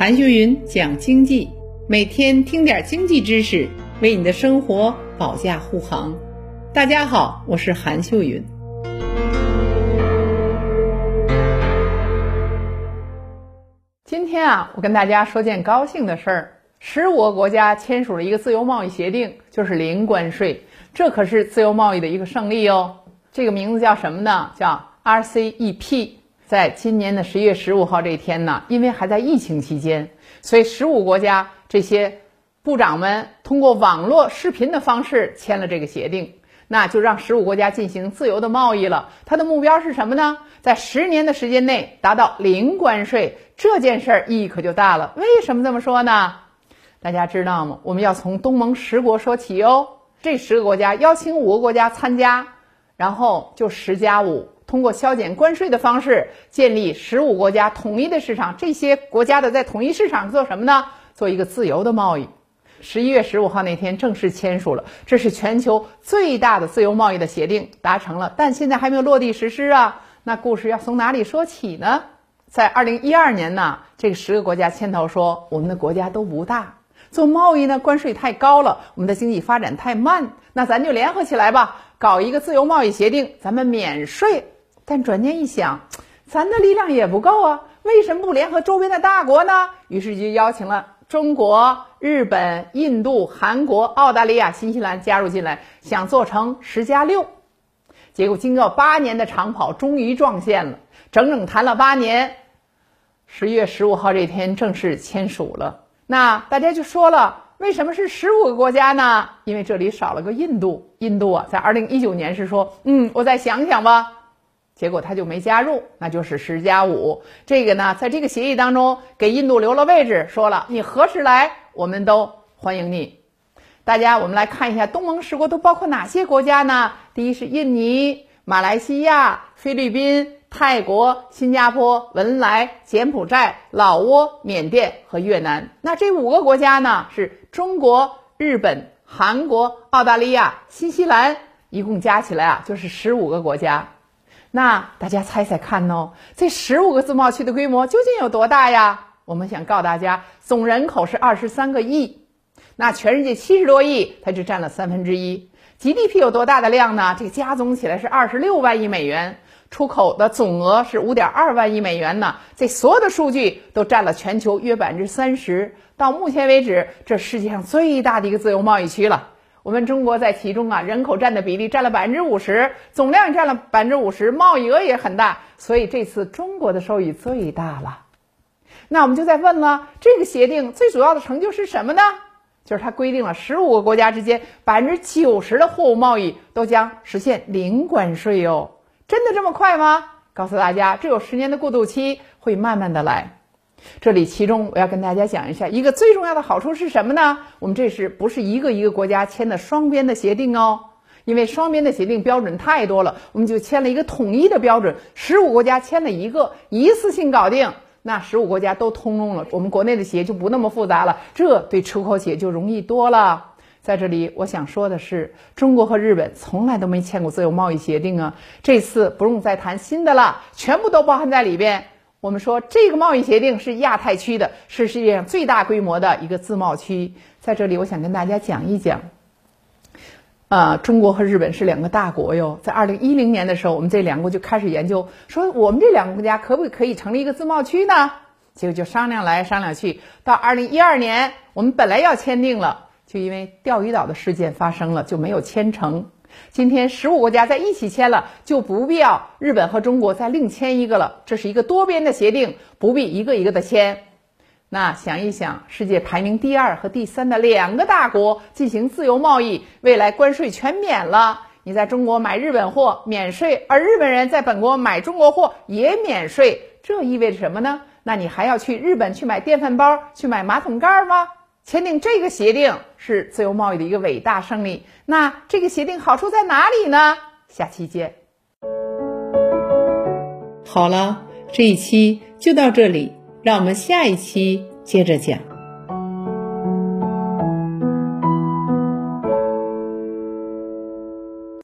韩秀云讲经济，每天听点经济知识，为你的生活保驾护航。大家好，我是韩秀云。今天我跟大家说件高兴的事儿，15个国家签署了一个自由贸易协定，就是零关税，这可是自由贸易的一个胜利哦。这个名字叫什么呢？叫 RCEP。在今年的11月15号这一天呢，因为还在疫情期间，所以15国家这些部长们通过网络视频的方式签了这个协定，那就让15国家进行自由的贸易了。它的目标是什么呢？在10年的时间内达到零关税，这件事儿意义可就大了。为什么这么说呢？大家知道吗？我们要从东盟10国说起哦。这10个国家邀请5个国家参加，然后就10+5。通过削减关税的方式建立15国家统一的市场，这些国家的在统一市场做什么呢？做一个自由的贸易。11月15号那天正式签署了，这是全球最大的自由贸易的协定达成了，但现在还没有落地实施啊。那故事要从哪里说起呢？在2012年呢，这个10个国家牵头说，我们的国家都不大，做贸易呢关税太高了，我们的经济发展太慢，那咱就联合起来吧，搞一个自由贸易协定，咱们免税。但转念一想，咱的力量也不够啊，为什么不联合周边的大国呢？于是就邀请了中国、日本、印度、韩国、澳大利亚、新西兰加入进来，想做成10+6。结果经过8年的长跑，终于撞线了，整整谈了8年，11月15号这天正式签署了。那大家就说了，为什么是15个国家呢？因为这里少了个印度。印度在2019年是说，我再想想吧。结果他就没加入，那就是10+5。这个呢，在这个协议当中给印度留了位置，说了你何时来，我们都欢迎你。大家我们来看一下东盟10国都包括哪些国家呢？第一是印尼、马来西亚、菲律宾、泰国、新加坡、文莱、柬埔寨、老挝、缅甸和越南。那这5个国家呢，是中国、日本、韩国、澳大利亚、新西兰，一共加起来就是15个国家。那大家猜猜看哦，这15个自贸区的规模究竟有多大呀？我们想告诉大家，总人口是23个亿，那全世界70多亿，它就占了1/3。GDP 有多大的量呢？这个加总起来是26万亿美元，出口的总额是5.2万亿美元呢。这所有的数据都占了全球约30%。到目前为止，这世界上最大的一个自由贸易区了。我们中国在其中人口占的比例占了50%，总量占了50%，贸易额也很大，所以这次中国的收益最大了。那我们就在问了，这个协定最主要的成就是什么呢？就是它规定了15个国家之间90%的货物贸易都将实现零关税哦。真的这么快吗？告诉大家，这有10年的过渡期，会慢慢的来。这里其中我要跟大家讲一下，一个最重要的好处是什么呢？我们这不是一个国家签的双边的协定哦，因为双边的协定标准太多了，我们就签了一个统一的标准，15国家签了一次性搞定，那15国家都通用了，我们国内的企业就不那么复杂了，这对出口企业就容易多了。在这里我想说的是，中国和日本从来都没签过自由贸易协定啊，这次不用再谈新的了，全部都包含在里边。我们说这个贸易协定是亚太区的，是世界上最大规模的一个自贸区。在这里我想跟大家讲一讲，中国和日本是2个大国哟。在2010年的时候，我们这2国就开始研究，说我们这2个国家可不可以成立一个自贸区呢？结果就商量来商量去，到2012年我们本来要签订了，就因为钓鱼岛的事件发生了，就没有签成。今天15国家在一起签了，就不必要日本和中国再另签一个了，这是一个多边的协定，不必一个的签。那想一想，世界排名第2和第3的2个大国进行自由贸易，未来关税全免了，你在中国买日本货免税，而日本人在本国买中国货也免税，这意味着什么呢？那你还要去日本去买电饭煲，去买马桶盖吗？签订这个协定是自由贸易的一个伟大胜利。那这个协定好处在哪里呢？下期见。好了，这一期就到这里，让我们下一期接着讲。